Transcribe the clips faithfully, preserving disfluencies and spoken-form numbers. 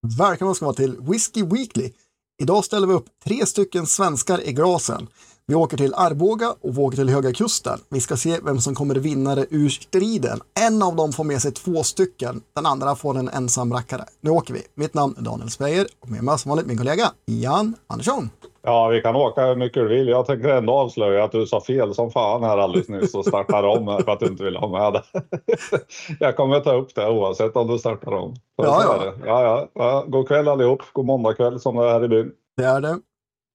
Välkomna ska vara till Whiskey Weekly. Idag ställer vi upp tre stycken svenskar i glasen. Vi åker till Arboga och vi åker till Höga Kusten. Vi ska se vem som kommer vinnare ur striden. En av dem får med sig två stycken. Den andra får en ensam rackare. Nu åker vi. Mitt namn är Daniel Speyer och med mig som vanligt min kollega Jan Andersson. Ja, vi kan åka hur mycket du vill. Jag tänker ändå avslöja att du sa fel som fan här alldeles nyss och startar om för att du inte vill ha med det. Jag kommer ta upp det oavsett om du startar om. Ja, ja. Ja, ja, ja. God kväll allihop. God måndag kväll som det är här i byn. Det är det.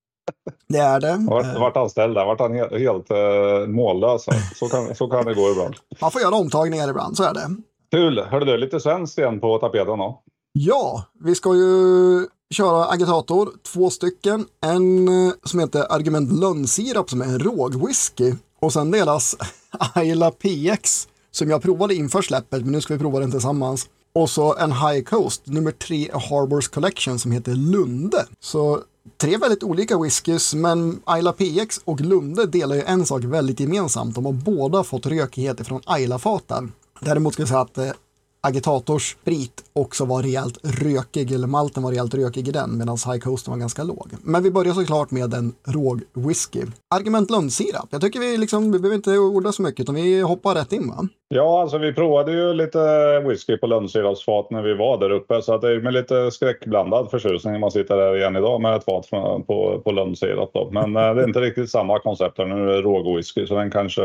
Det är det. Vart, vart han ställd där? Vart han helt, helt uh, mållös? Så kan, så kan det gå ibland. Man får göra omtagningar ibland, så är det. Kul. Hörde du lite svenskt igen på tapeten då? Ja, vi ska ju köra agitator, två stycken. En som heter Argument Lönnsirap som är en rågwhisky. Och sen delas Ayla P X som jag provade inför släppet, men nu ska vi prova den tillsammans. Och så en High Coast, nummer tre Harbors Collection som heter Lunde. Så tre väldigt olika whiskys, men Ayla P X och Lunde delar ju en sak väldigt gemensamt. De har båda fått rökighet från Ayla-faten. Däremot ska jag säga att eh, agitators sprit också var rejält rökig, eller malten var rejält rökig i den, medan High Coast var ganska låg. Men vi börjar såklart med en råg whisky. Argument Lönnsirap. Jag tycker vi liksom, vi behöver inte orda så mycket, utan vi hoppar rätt in, va? Ja, alltså vi provade ju lite whisky på lönnsirapsfat när vi var där uppe, så att det är med lite skräckblandad förtjusning man sitter där igen idag med ett fat på, på lönnsirap då. Men det är inte riktigt samma koncept här, nu är det rågwhisky, så den kanske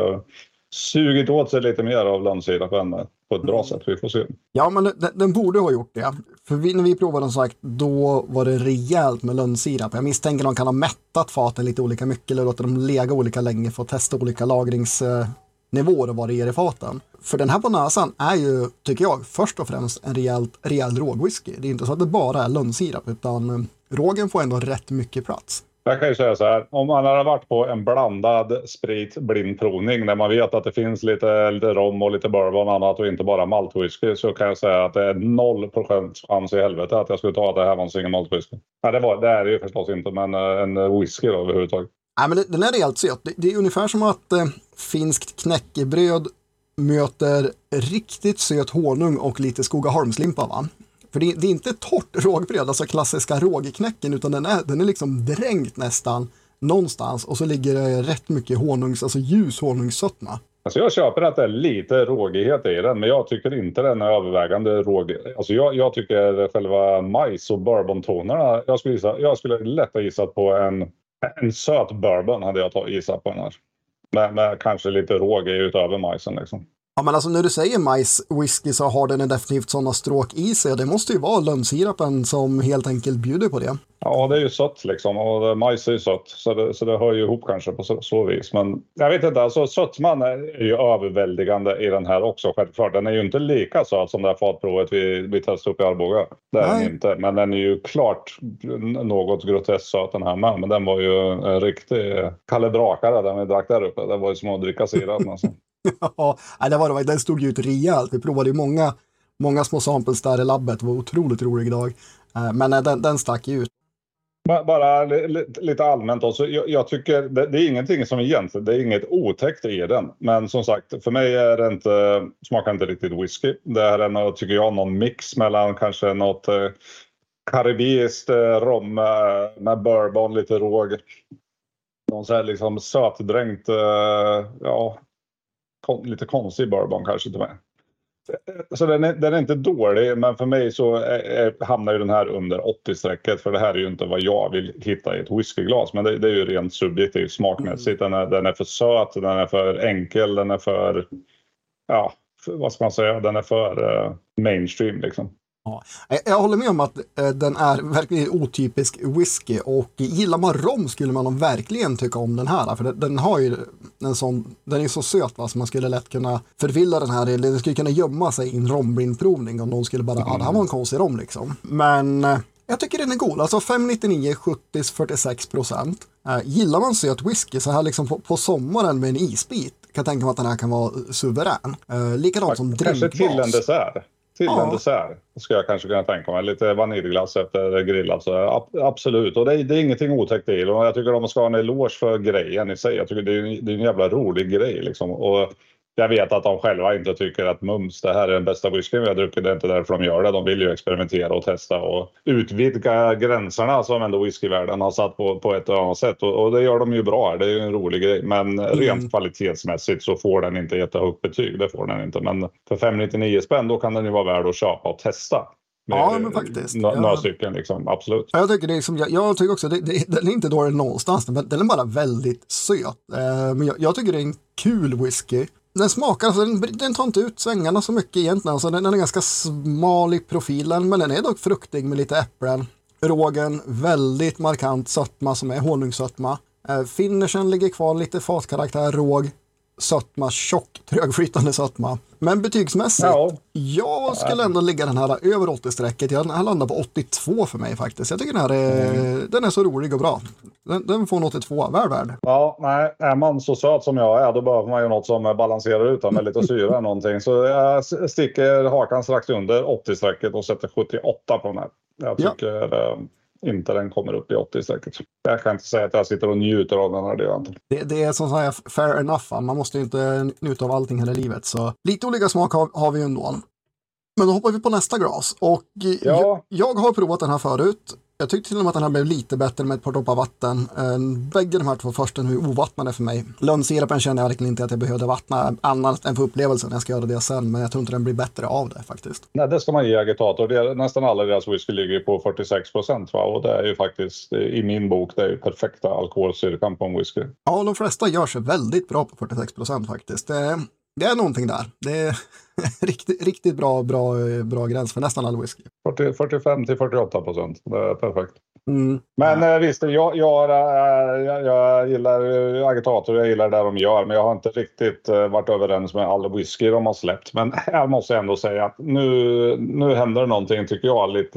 sugit åt sig lite mer av lönnsirap än på ett bra sätt, vi får se. Ja, men den, den borde ha gjort det. För vi, när vi provade den sagt, då var det rejält med lönnsirap. Jag misstänker att de kan ha mättat faten lite olika mycket eller låta dem lega olika länge för att testa olika lagringsnivåer och vad det ger i faten. För den här på näsan är ju, tycker jag, först och främst en rejält, rejäl rågwhisky. Det är inte så att det bara är lönnsirap, utan rågen får ändå rätt mycket plats. Jag kan ju säga så här, om man hade varit på en blandad sprit blindprovning där man vet att det finns lite, lite rom och lite bourbon och annat och inte bara maltwhisky, så kan jag säga att det är noll procent chans i helvete att jag skulle ta att det här var en single maltwhisky. Nej, det, var, det är det ju förstås inte, men en whisky då överhuvudtaget. Nej, men det, den är rejält söt. Det, det är ungefär som att eh, finskt knäckebröd möter riktigt söt honung och lite Skogaholmslimpa, va? För det, det är inte torrt rågbröd, alltså klassiska rågknäcken, utan den är, den är liksom dränkt nästan någonstans och så ligger det rätt mycket honungs, alltså ljus honungssötma. Alltså jag köper att det är lite rågighet i den, men jag tycker inte den är övervägande råg. Alltså jag, jag tycker själva majs och bourbontonerna, jag skulle, gissa, jag skulle lätt ha gissat på en, en söt bourbon hade jag gissat på den här. Med, med kanske lite råg utöver majsen liksom. Ja, men alltså när du säger majswhisky så har den definitivt sådana stråk i sig. Det måste ju vara lönnsirapen som helt enkelt bjuder på det. Ja, det är ju sött liksom, och majs är ju sött, så det, så det hör ju ihop kanske på så, så vis. Men jag vet inte, alltså sötman är ju överväldigande i den här också, självklart. Den är ju inte lika söt som det här fatprovet vi, vi testade upp i Arboga. Det är den inte, men den är ju klart något groteskt söt den här med. Men den var ju en riktig kalibrakare den vi drack där uppe. Det var ju som att dricka sirap alltså. Ja, det var det. Den stod ju ut rejält. Vi provade ju många, många små samples där i labbet. Det var en otroligt rolig dag. Men den, den stack ju ut. Bara lite allmänt också. Jag, jag tycker det, det är ingenting som egentligen, det är inget otäckt i den. Men som sagt, för mig är det inte, smakar inte riktigt whisky. Det är en, tycker jag, någon mix mellan kanske något eh, karibiskt eh, rom med, med bourbon, lite råg. Någon så här liksom sötdränkt, eh, ja, kon, lite konstig bourbon kanske till mig. Så den är, den är inte dålig, men för mig så är, är, hamnar ju den här under åttio-strecket, för det här är ju inte vad jag vill hitta i ett whiskyglas, men det, det är ju rent subjektivt smakmässigt. Den är, den är för söt, den är för enkel, den är för, ja, för, vad ska man säga, den är för uh, mainstream liksom. Ja, jag håller med om att eh, den är verkligen otypisk whisky, och gillar man rom skulle man verkligen tycka om den här, för den, den har ju en sån, den är så söt, va, så man skulle lätt kunna förvilla den här, eller den skulle kunna gömma sig i en romblindprovning om någon skulle bara, ja, mm. ah, det här var en konstig rom liksom. Men eh, jag tycker den är god, alltså fem nittionio, sjuttio, fyrtiosex procent. Eh, gillar man söt whisky så här liksom på, på sommaren med en isbit, kan jag tänka mig att den här kan vara suverän. Eh, likadant som drinkglas. Kanske till en dessert. Till ja. en dessert ska jag kanske kunna tänka mig. Lite vaniljglass efter grillat. Så absolut. Och det är, det är ingenting otäckt i. Och jag tycker de ska ha en eloge för grejen i sig. Jag tycker det är, det är en jävla rolig grej liksom. Och jag vet att de själva inte tycker att mums, det här är den bästa whiskyn vi har druckit. Det är inte därför de gör det. De vill ju experimentera och testa och utvidga gränserna som ändå whiskyvärlden har satt på, på ett eller annat sätt. Och, och det gör de ju bra. Det är ju en rolig grej. Men mm. rent kvalitetsmässigt så får den inte jättehögt betyg. Det får den inte. Men för femhundranittionio spänn då kan den ju vara värd att köpa och testa. Ja, men faktiskt. Några ja. stycken liksom, absolut. Jag tycker det är som, jag, jag tycker också, det, det, den är inte dålig någonstans, men den är bara väldigt söt. Eh, men jag, jag tycker det är en kul whisky. Den smakar, alltså, den, den tar inte ut svängarna så mycket egentligen. Alltså, den, den är ganska smal i profilen, men den är dock fruktig med lite äpplen. Rågen, väldigt markant sötma som är honungssötma. Eh, finishen ligger kvar, lite fatkaraktär, råg. Sötma, tjock, trögflytande sötma. Men betygsmässigt, ja. jag skulle ändå ligga den här över åttio-strecket. Den här landar på åttiotvå för mig faktiskt. Jag tycker den här är, mm. den är så rolig och bra. Den, den får en åttiotvå, värd värd. Ja, nej, är man så söt som jag är, då behöver man ju något som balanserar ut med lite syra eller någonting. Så jag sticker hakan strax under åttio-strecket och sätter sjuttioåtta på den här. Jag tycker... Ja. Inte den kommer upp i åttio-strecket. Jag kan inte säga att jag sitter och njuter av den här delen. Det, det är som sagt fair enough. Man måste ju inte njuta av allting hela livet. Så lite olika smak har, har vi ju ändå. Men då hoppar vi på nästa glas. Och ja. jag, jag har provat den här förut. Jag tyckte till och med att den här blev lite bättre med ett par droppar vatten. Bägge de här två första nu är ovattnade för mig. Lönnsirapen kände jag verkligen inte att jag behövde vattna annat än för upplevelsen. Jag ska göra det sen, men jag tror inte den blir bättre av det faktiskt. Nej, det ska man ge agitator. Det är, nästan alla deras whisky ligger på fyrtiosex procent, va? Och det är ju faktiskt i min bok, det är ju perfekta alkoholstyrkan på en whisky. Ja, de flesta gör sig väldigt bra på fyrtiosex procent faktiskt. Det, det är någonting där. Det är riktigt, riktigt bra, bra, bra gräns för nästan all whisky. fyrtio, fyrtiofem till fyrtioåtta procent. Det är perfekt. Mm. Men ja. visst, jag, jag, jag, jag gillar agitator, jag gillar det de gör. Men jag har inte riktigt varit överens med all whisky de har släppt. Men jag måste ändå säga att nu, nu händer det någonting, tycker jag, lite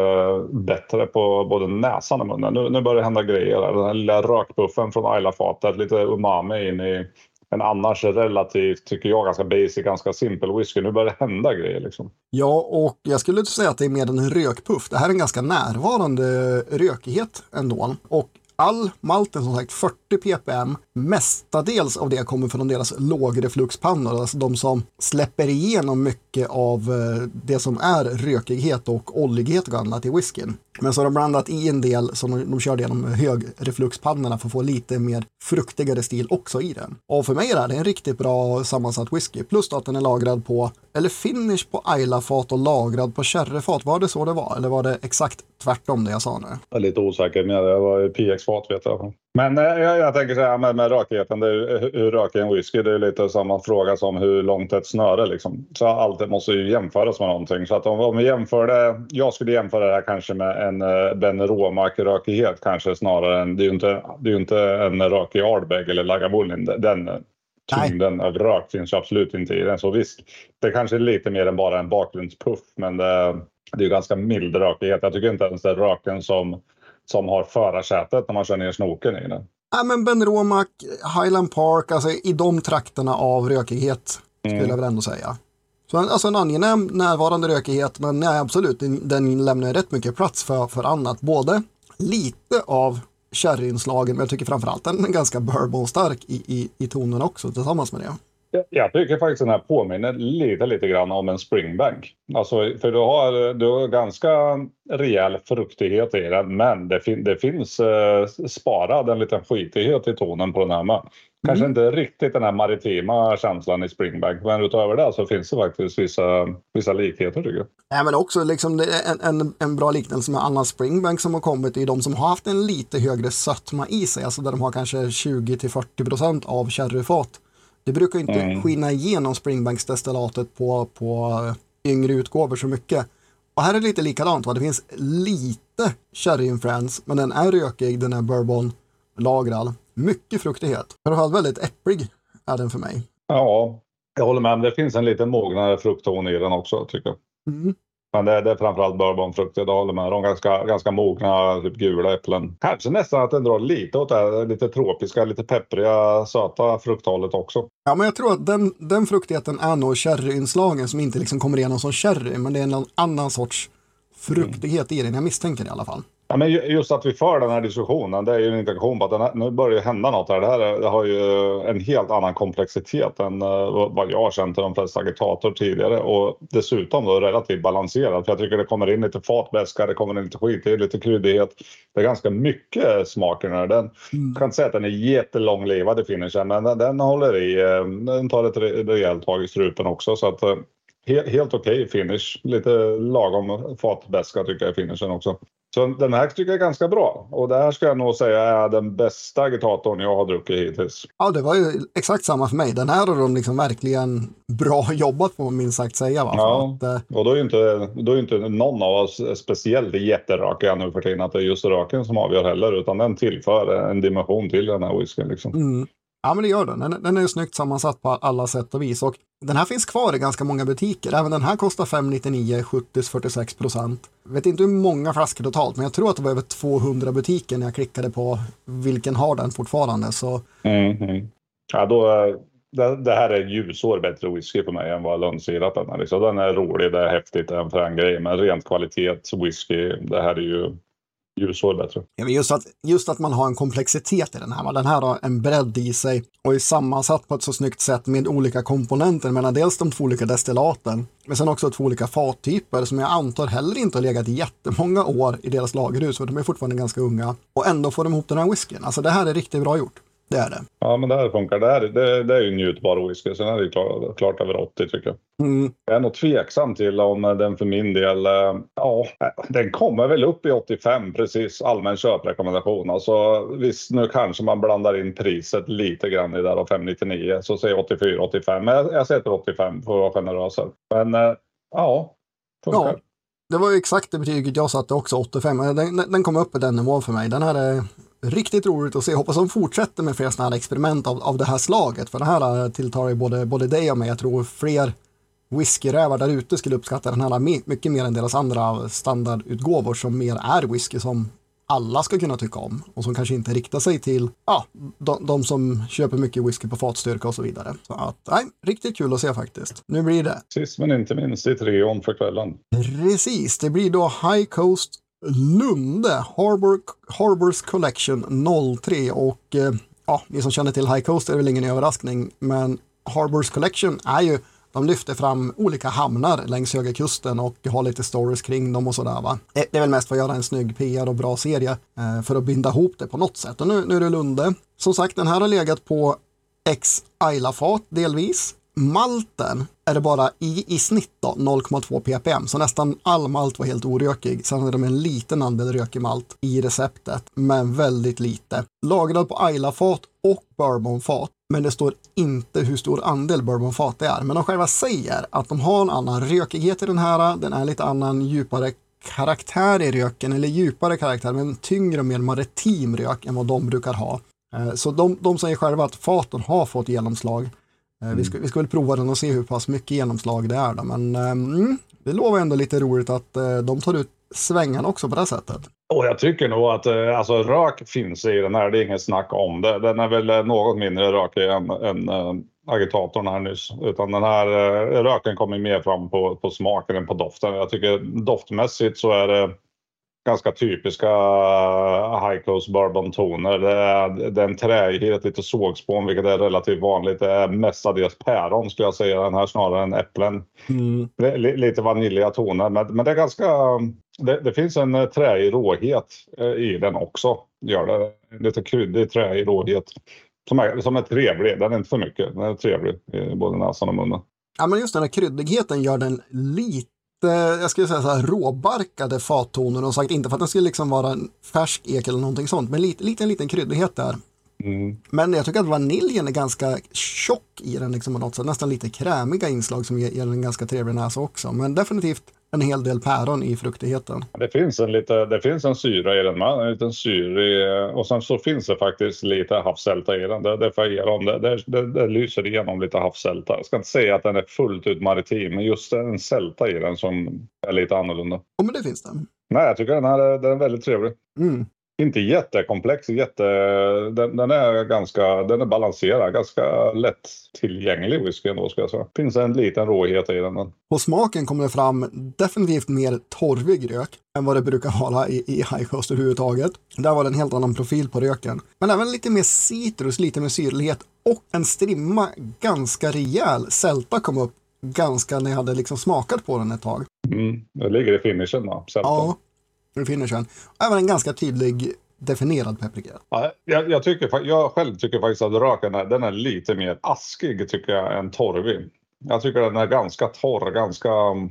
bättre på både näsan och munnen. Nu, nu börjar det hända grejer. Den här lilla rökpuffen från Islafatet, lite umami in i en annars relativt, tycker jag, ganska basic, ganska simpel whisky. Nu börjar det hända grejer liksom. Ja, och jag skulle inte säga att det är mer en rökpuff. Det här är en ganska närvarande rökighet ändå. Och all malten, som sagt, fyrtio ppm, mestadels av det kommer från deras lågrefluxpannor, alltså de som släpper igenom mycket av det som är rökighet och oljighet och annat i whiskyn. Men så har de blandat i en del som de, de kör genom högrefluxpannorna för att få lite mer fruktigare stil också i den. Och för mig är det en riktigt bra sammansatt whisky, plus att den är lagrad på, eller finish på Islay-fat och lagrad på sherryfat. Var det så det var? Eller var det exakt tvärtom det jag sa nu? Jag är lite osäker, men det var P X-fat vet jag. Men eh, jag, jag tänker så här med, med rökigheten, det är, hur röker en whisky, det är lite samma fråga som hur långt ett snöre liksom. Så allt måste ju jämföras med någonting. Så att om, om vi jämför det, jag skulle jämföra det här kanske med en uh, Ben Romark-rökighet kanske snarare än, det är ju inte, det är ju inte en rökig Ardbeg eller Lagavulin. Den tyngden av rök finns ju absolut inte i den. Så visst, det kanske är lite mer än bara en bakgrundspuff, men det, det är ju ganska mild rökighet. Jag tycker inte ens det är röken som som har förarsätet när man kör ner snoken i den. Ja, men Ben Romark, Highland Park, alltså i de trakterna av rökighet skulle mm. jag väl ändå säga. Så alltså en angenäm närvarande rökighet, men nej, absolut, den, den lämnar rätt mycket plats för, för annat. Både lite av sherryinslagen, men jag tycker framförallt den är ganska bourbon-stark i, i, i tonen också tillsammans med det. Jag tycker faktiskt den här påminner lite, lite grann om en Springbank. Alltså, för du har, du har ganska rejäl fruktighet i den, men det, fin- det finns eh, sparad en liten skitighet i tonen på den här med. Kanske mm. inte riktigt den här maritima känslan i Springbank, men utöver det så finns det faktiskt vissa, vissa likheter tycker jag. Ja, men också liksom det är en, en, en bra liknelse med annan Springbank som har kommit i de som har haft en lite högre sötma i sig, alltså där de har kanske tjugo till fyrtio procent av sherryfat. Det brukar inte mm. skina igenom Springbanks-destillatet på, på yngre utgåvor så mycket. Och här är det lite likadant, va? Det finns lite sherry-influens, men den är rökig, den är bourbon-lagrad. Mycket fruktighet. Framförallt väldigt äpplig är den för mig. Ja, jag håller med. Det finns en lite mognare fruktton i den också, tycker jag. Mm. Men det, det är framförallt bourbonfrukter, det håller med. De ganska, ganska mogna, typ gula äpplen. Kanske nästan att den drar lite åt det lite tropiska, lite peppriga, söta frukthållet också. Ja, men jag tror att den, den fruktigheten är nog sherryinslagen som inte liksom kommer igenom som sherry, men det är en annan sorts fruktighet mm. i den. Jag misstänker det i alla fall. Ja, men just att vi för den här diskussionen, det är ju en indikation på att den här, nu börjar hända något här. Det här det har ju en helt annan komplexitet än uh, vad jag har känt till de flesta agitator tidigare. Och dessutom då relativt balanserad. För jag tycker det kommer in lite fatbäska, det kommer in lite skit, lite kryddighet. Det är ganska mycket smak i den här. Den, mm. Jag kan inte säga att den är jättelånglivad i finishen, men den, den håller i. Den tar ett rejält tag i strupen också. Så att uh, he, helt okej okay finish. Lite lagom fatbäska tycker jag i finishen också. Så den här tycker jag är ganska bra. Och det här ska jag nog säga är den bästa agitatorn jag har druckit hittills. Ja, det var ju exakt samma för mig. Den här har de liksom verkligen bra jobbat på, minst sagt säga. Va? Ja, att, eh... och då är ju inte, då är inte någon av oss speciellt jätterökiga nu för tiden att det är just röken som avgör heller. Utan den tillför en dimension till den här whiskyn liksom. Mm. Ja, men det gör den. den. Den är ju snyggt sammansatt på alla sätt och vis. Och den här finns kvar i ganska många butiker. Även den här kostar fem nittionio, sjuttio fyrtiosex procent. Jag vet inte hur många flaskor totalt, men jag tror att det var över tvåhundra butiker när jag klickade på vilken har den fortfarande. Så... Mm, mm. Ja, då, det, det här är ljusår bättre whisky för mig än vad Lönnsirapen är. Liksom. Den är rolig, det är häftigt, det är en frän grej. Men rent kvalitet, whisky, det här är ju... ljusår bättre. Ja, just, att, just att man har en komplexitet i den här. Den här har en bredd i sig och är sammansatt på ett så snyggt sätt med olika komponenter. Men dels de två olika destillaten, men sen också två olika fattyper som jag antar heller inte har legat jättemånga år i deras lagerhus. Och de är fortfarande ganska unga. Och ändå får de ihop den här whiskyn. Alltså det här är riktigt bra gjort. Det är det. Ja, men det här funkar. Det, här, det, det är ju njutbar whisky. Sen är det klart, klart över åttio tycker jag. Mm. Jag är nog tveksam till om den för min del... Ja, den kommer väl upp i åttiofem precis. Allmän köprekommendation. Alltså visst, nu kanske man blandar in priset lite grann i där av fem nittionio. Så säger åttiofyra åttiofem. Men jag, jag sätter åttiofem för att vara generös. Men ja, funkar. Ja. Det var ju exakt det betyget jag satte också, åttiofem. Den, den kom upp i den nivån för mig. Den här är riktigt roligt att se. Hoppas de fortsätter med fler sådana här experiment av, av det här slaget. För det här tilltar ju både, både dig och mig. Jag tror fler whiskyrävar där ute skulle uppskatta den här mycket mer än deras andra standardutgåvor som mer är whisky som alla ska kunna tycka om. Och som kanske inte riktar sig till ja, de, de som köper mycket whisky på fatstyrka och så vidare. Så att, nej, riktigt kul att se faktiskt. Nu blir det. Sist men inte minst i trion för kvällen. Precis, det blir då High Coast Lunde Harbor, Harbors Collection noll tre och eh, ja, ni som känner till High Coast är väl ingen överraskning, men Harbors Collection är ju, de lyfter fram olika hamnar längs Höga kusten och har lite stories kring dem och sådär va. Det är väl mest för att göra en snygg P R och bra serie eh, för att binda ihop det på något sätt. Och nu, nu är det Lunde. Som sagt, den här har legat på X Islay-fat delvis. Malten är det bara i, i snitt då, noll komma två ppm, så nästan all malt var helt orökig. Sen hade de en liten andel rökig malt i receptet, men väldigt lite. Lagrad på Islay-fat och bourbonfat, men det står inte hur stor andel bourbonfat det är. Men de själva säger att de har en annan rökighet i den här, den är lite annan djupare karaktär i röken, eller djupare karaktär, men tyngre och mer maritim rök än vad de brukar ha. Så de, de säger själva att faten har fått genomslag. Mm. Vi, ska, vi ska väl prova den och se hur pass mycket genomslag det är då. Men mm, det lovar ändå lite roligt att uh, de tar ut svängarna också på det sättet. Och jag tycker nog att uh, alltså, rök finns i den här, det är inget snack om det. Den är väl uh, något mindre rökig än, än uh, agitatorn här nyss. Utan den här uh, röken kommer mer fram på, på smaken än på doften. Jag tycker doftmässigt så är det ganska typiska High Coast bourbon-toner. Det är, det är en träighet, lite sågspån, vilket är relativt vanligt. Det är mestadels päron skulle jag säga, den här snarare än äpplen. Mm. L- lite vaniljiga toner, men, men det är ganska... Det, det finns en träig råhet i den också, gör det. Lite kryddig träig råhet. Som är, som är trevlig, den är inte för mycket. Den är trevlig i både näsan och munnen. Ja, men just den här kryddigheten gör den lite, jag skulle säga så här, råbarkade fattoner, och sagt inte för att den skulle liksom vara en färsk ek eller någonting sånt, men lite, lite en liten kryddighet där. Mm. Men jag tycker att vaniljen är ganska tjock i den liksom på något sätt, nästan lite krämiga inslag som ger, ger en ganska trevlig näsa också, men definitivt en hel del päron i fruktigheten. Det finns en, lite, det finns en syra i den, en liten syra, och sen så finns det faktiskt lite havssälta i den. Det, det, det, det, det, det lyser igenom lite havssälta. Jag ska inte säga att den är fullt ut maritim, men just en sälta i den som är lite annorlunda. Ja, men det finns det. Nej, jag tycker den här den är väldigt trevlig. Mm. Inte jättekomplex, jätte, den, den är ganska den är balanserad, ganska lätt tillgänglig whisky ändå, ska jag säga. Finns en liten råhet i den. Men... På smaken kommer det fram definitivt mer torvig rök än vad det brukar vara i, i High Coast överhuvudtaget. Där var det en helt annan profil på röken. Men även lite mer citrus, lite mer syrlighet och en strimma, ganska rejäl sälta kom upp ganska när jag hade liksom smakat på den ett tag. Mm, det ligger i finishen då, sälta. Ja. Finishen. Även en ganska tydlig definierad pepprighet. Ja, jag, jag, tycker, jag själv tycker faktiskt att röken är, den är lite mer askig tycker jag än torvig. Jag tycker den är ganska torr, ganska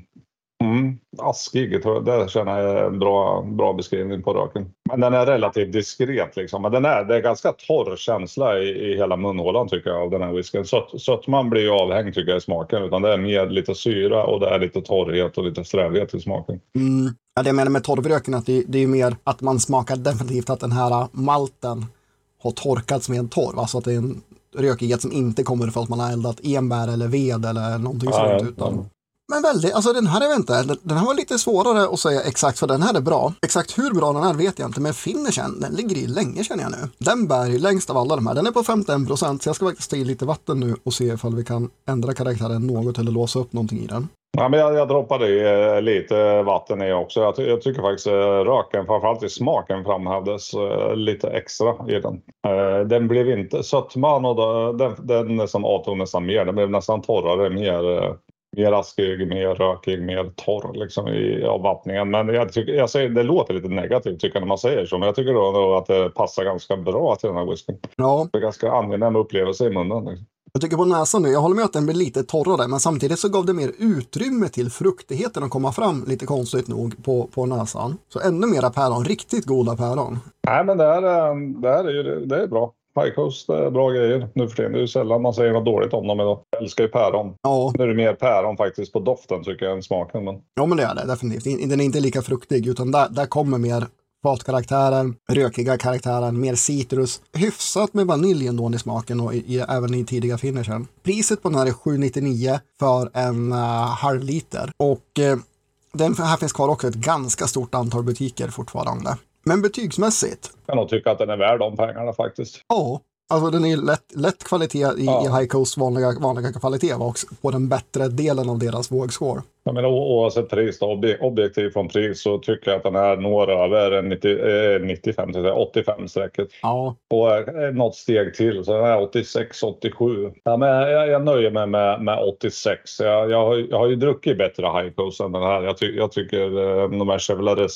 mm, askig. Det känner jag är en bra, bra beskrivning på röken. Men den är relativt diskret liksom. Men den är, det är ganska torr känsla i, i hela munhålan tycker jag av den här whiskyn. Sött, sötman blir ju avhängd tycker jag i smaken. Utan det är mer lite syra och det är lite torrhet och lite strävhet i smaken. Mm. Ja, det jag menar med torvröken att det, det är mer att man smakar definitivt att den här malten har torkats med en torv. Alltså att det är en rökighet som inte kommer för att man har eldat enbär eller ved eller någonting ja, sånt. Ja, utan... ja. Men väldigt, alltså den här är inte, den här var lite svårare att säga exakt för den här är bra. Exakt hur bra den är vet jag inte, men finishen, den ligger i länge känner jag nu. Den bär ju längst av alla de här, den är på femtioen procent så jag ska faktiskt ta i lite vatten nu och se ifall vi kan ändra karaktären något eller låsa upp någonting i den. Ja, men jag, jag droppade i lite vatten i också. Jag, ty- jag tycker faktiskt röken, framförallt i smaken, framhävdes uh, lite extra i den. Uh, den blev inte sötman och då, den, den nästan avtog nästan mer. Den blev nästan torrare, mer, uh, mer askig, mer rökig, mer torr liksom i avvattningen. Men jag tycker, jag säger, det låter lite negativt tycker jag när man säger så. Men jag tycker då att det passar ganska bra till den här whiskyn. Ja. Det är ganska angenäm upplevelse i munnen. Liksom. Jag tycker på näsan nu, jag håller med att den blir lite torrare, men samtidigt så gav det mer utrymme till fruktigheten att komma fram lite konstigt nog på, på näsan. Så ännu mera päron, riktigt goda päron. Nej, men det här, är, det här är ju det är bra. High Coast är bra grejer nu för tiden. Det är ju sällan man säger något dåligt om dem idag. Jag älskar ju päron. Ja. Nu är det mer päron faktiskt på doften tycker jag än smaken. Men... Ja, men det är det definitivt. Den är inte lika fruktig, utan där, där kommer mer fatkaraktären, rökiga karaktären, mer citrus. Hyfsat med vanilj ändå i smaken och i, i, även i tidiga finishen. Priset på den här är sju nittionio för en uh, halv liter. Och uh, den här finns kvar också ett ganska stort antal butiker fortfarande. Men betygsmässigt? Jag kan nog tycka att den är värd de pengarna faktiskt. Ja, alltså den är lätt, lätt kvalitet i, ja. i High Coast vanliga, vanliga kvalitet var också på den bättre delen av deras vågscore. Jag menar, oavsett pris då, objektiv från pris så tycker jag att den är når över nittio, nittiofem, åttiofem strecket. Ja. Och något steg till så den är åttiosex åttiosju. Ja, men jag, jag nöjer mig med, med åttiosex. Jag, jag, har, jag har ju druckit bättre High Coast än den här. Jag, ty, jag tycker de här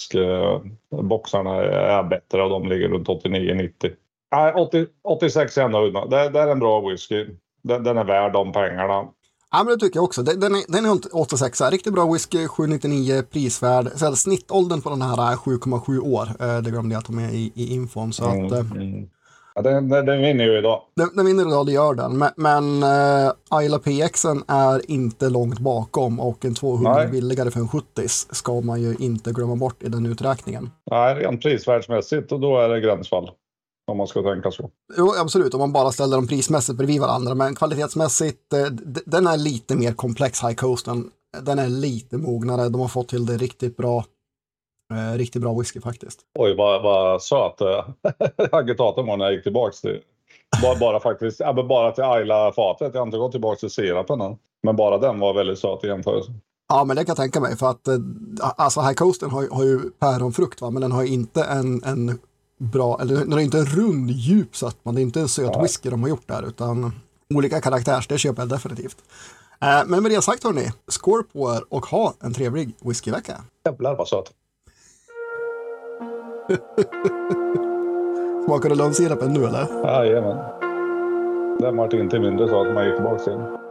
Chevaleresque-boxarna är bättre och de ligger runt åttionio nittio. Nej, åttio, åttiosex är jag nöjd med. Det, det är en bra whisky. Den, den är värd de pengarna. Ja, men det tycker jag också. Den, den är, den är åttiosex. Riktigt bra whisky, sju nittionio prisvärd. Så snittåldern på den här är sju komma sju år. Det glömde jag ta med i, i infon. Så mm, att, mm. Ja, den, den, den vinner ju idag. Den, den vinner idag, det gör den. Men, men uh, Ayla P Xen är inte långt bakom. Och en tvåhundra Nej. billigare för en sjuttio ska man ju inte glömma bort i den uträkningen. Nej, rent prisvärdsmässigt och då är det gränsfall. Om man ska tänka så. Jo, absolut. Om man bara ställer dem prismässigt bredvid varandra. Men kvalitetsmässigt, eh, d- den är lite mer komplex, High Coasten. Den är lite mognare. De har fått till det riktigt bra. Eh, riktigt bra whisky faktiskt. Oj, vad, vad söt agitatorn var när jag gick tillbaka till. Bara, bara faktiskt, ja, bara till Ayla-fatet. Jag har inte gått tillbaka till sirapen än. Men bara den var väldigt söt i jämförelse. Ja, men det kan jag tänka mig. För att eh, alltså High Coasten har, har ju päronfrukt, va? Men den har inte en... en bra, eller den är inte en rund djup sötma, det är inte en söt ja. whisky de har gjort där, utan olika karaktärs, det köper jag definitivt. Eh, men med det sagt hörni, score på er och ha en trevlig whiskyvecka. Jävlar vad söt. Smakar du lönnsirapen nu eller? Jajamän. Den var inte mindre så att man gick tillbaka till.